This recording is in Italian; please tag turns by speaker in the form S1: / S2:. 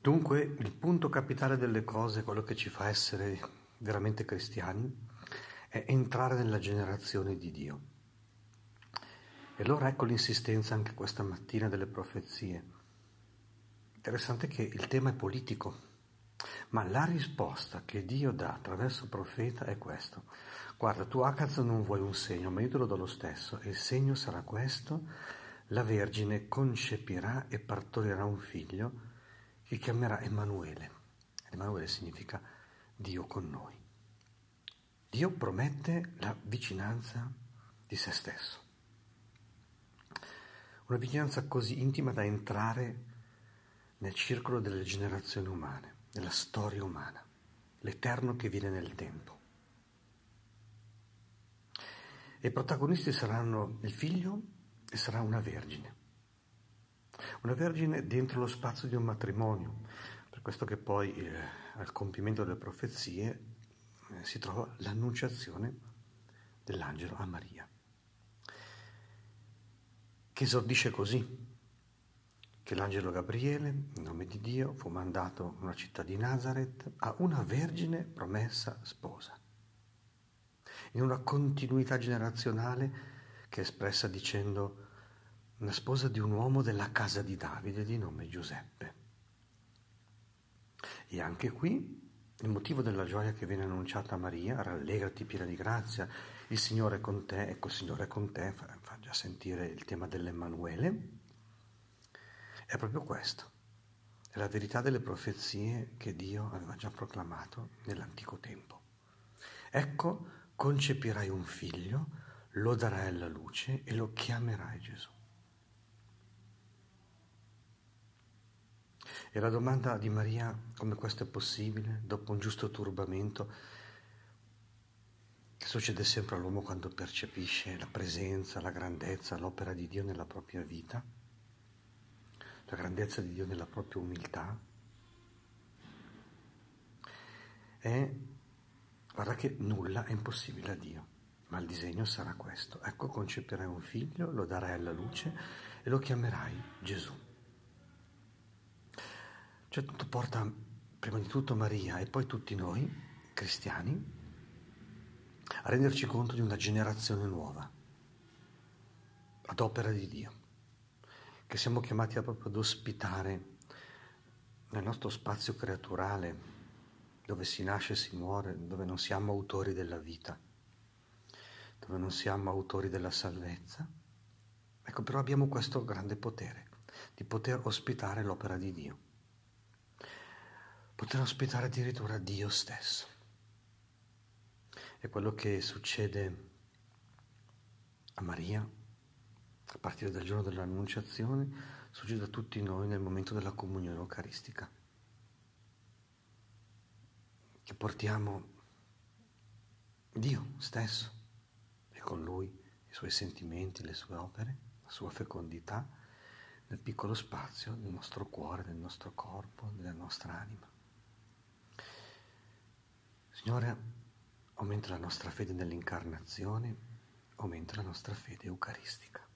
S1: Dunque, il punto capitale delle cose, quello che ci fa essere veramente cristiani, è entrare nella generazione di Dio. E allora ecco l'insistenza anche questa mattina delle profezie. Interessante che il tema è politico, ma la risposta che Dio dà attraverso il profeta è questo. Guarda, tu Acaz non vuoi un segno, ma io te lo do lo stesso, e il segno sarà questo: la Vergine concepirà e partorirà un figlio che chiamerà Emanuele. Emanuele significa Dio con noi. Dio promette la vicinanza di se stesso. Una vicinanza così intima da entrare nel circolo delle generazioni umane, nella storia umana, l'eterno che viene nel tempo. E i protagonisti saranno il figlio e sarà una vergine dentro lo spazio di un matrimonio, per questo che poi al compimento delle profezie si trova l'annunciazione dell'angelo a Maria, che esordisce così, che l'angelo Gabriele, in nome di Dio, fu mandato in una città di Nazareth a una vergine promessa sposa, in una continuità generazionale che è espressa dicendo una sposa di un uomo della casa di Davide di nome Giuseppe. E anche qui il motivo della gioia che viene annunciata a Maria: rallegrati piena di grazia, il Signore è con te. Ecco, il Signore è con te, fa già sentire il tema dell'Emanuele. È proprio questo, è la verità delle profezie che Dio aveva già proclamato nell'antico tempo. Ecco, concepirai un figlio, lo darai alla luce e lo chiamerai Gesù. E la domanda di Maria, come questo è possibile, dopo un giusto turbamento, che succede sempre all'uomo quando percepisce la presenza, la grandezza, l'opera di Dio nella propria vita, la grandezza di Dio nella propria umiltà, è, guarda che nulla è impossibile a Dio, ma il disegno sarà questo. Ecco, concepirai un figlio, lo darai alla luce e lo chiamerai Gesù. Cioè tutto porta prima di tutto Maria e poi tutti noi, cristiani, a renderci conto di una generazione nuova, ad opera di Dio, che siamo chiamati proprio ad ospitare nel nostro spazio creaturale, dove si nasce e si muore, dove non siamo autori della vita, dove non siamo autori della salvezza. Ecco, però abbiamo questo grande potere, di poter ospitare l'opera di Dio, poter ospitare addirittura Dio stesso. È quello che succede a Maria, a partire dal giorno dell'Annunciazione, succede a tutti noi nel momento della comunione eucaristica, che portiamo Dio stesso e con Lui i Suoi sentimenti, le Sue opere, la Sua fecondità nel piccolo spazio del nostro cuore, del nostro corpo, della nostra anima. Signore, aumenta la nostra fede nell'incarnazione, aumenta la nostra fede eucaristica.